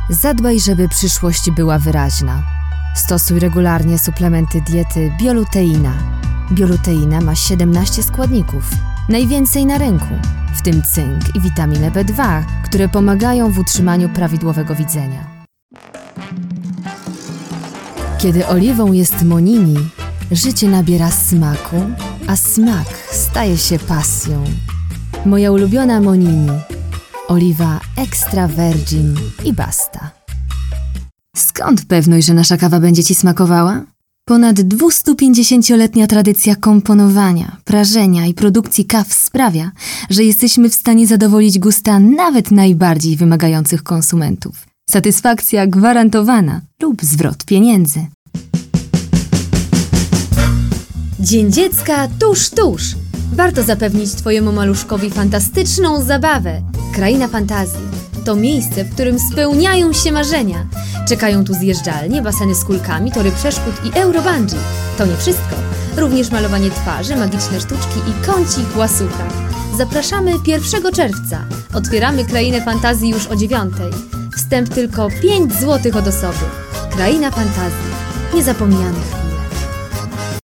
Zadbaj, żeby przyszłość była wyraźna. Stosuj regularnie suplementy diety Bioluteina. Bioluteina ma 17 składników, najwięcej na rynku, w tym cynk i witaminę B2, które pomagają w utrzymaniu prawidłowego widzenia. Kiedy oliwą jest Monini, życie nabiera smaku, a smak staje się pasją. Moja ulubiona Monini. Oliwa extra virgin i basta. Skąd pewność, że nasza kawa będzie Ci smakowała? Ponad 250-letnia tradycja komponowania, prażenia i produkcji kaw sprawia, że jesteśmy w stanie zadowolić gusta nawet najbardziej wymagających konsumentów. Satysfakcja gwarantowana lub zwrot pieniędzy. Dzień Dziecka tuż! Warto zapewnić Twojemu maluszkowi fantastyczną zabawę. Kraina Fantazji to miejsce, w którym spełniają się marzenia. Czekają tu zjeżdżalnie, baseny z kulkami, tory przeszkód i Eurobungee. To nie wszystko. Również malowanie twarzy, magiczne sztuczki i kącik łasucha. Zapraszamy 1 czerwca. Otwieramy Krainę Fantazji już o 9:00. Wstęp tylko 5 zł od osoby. Kraina Fantazji. Niezapomnianych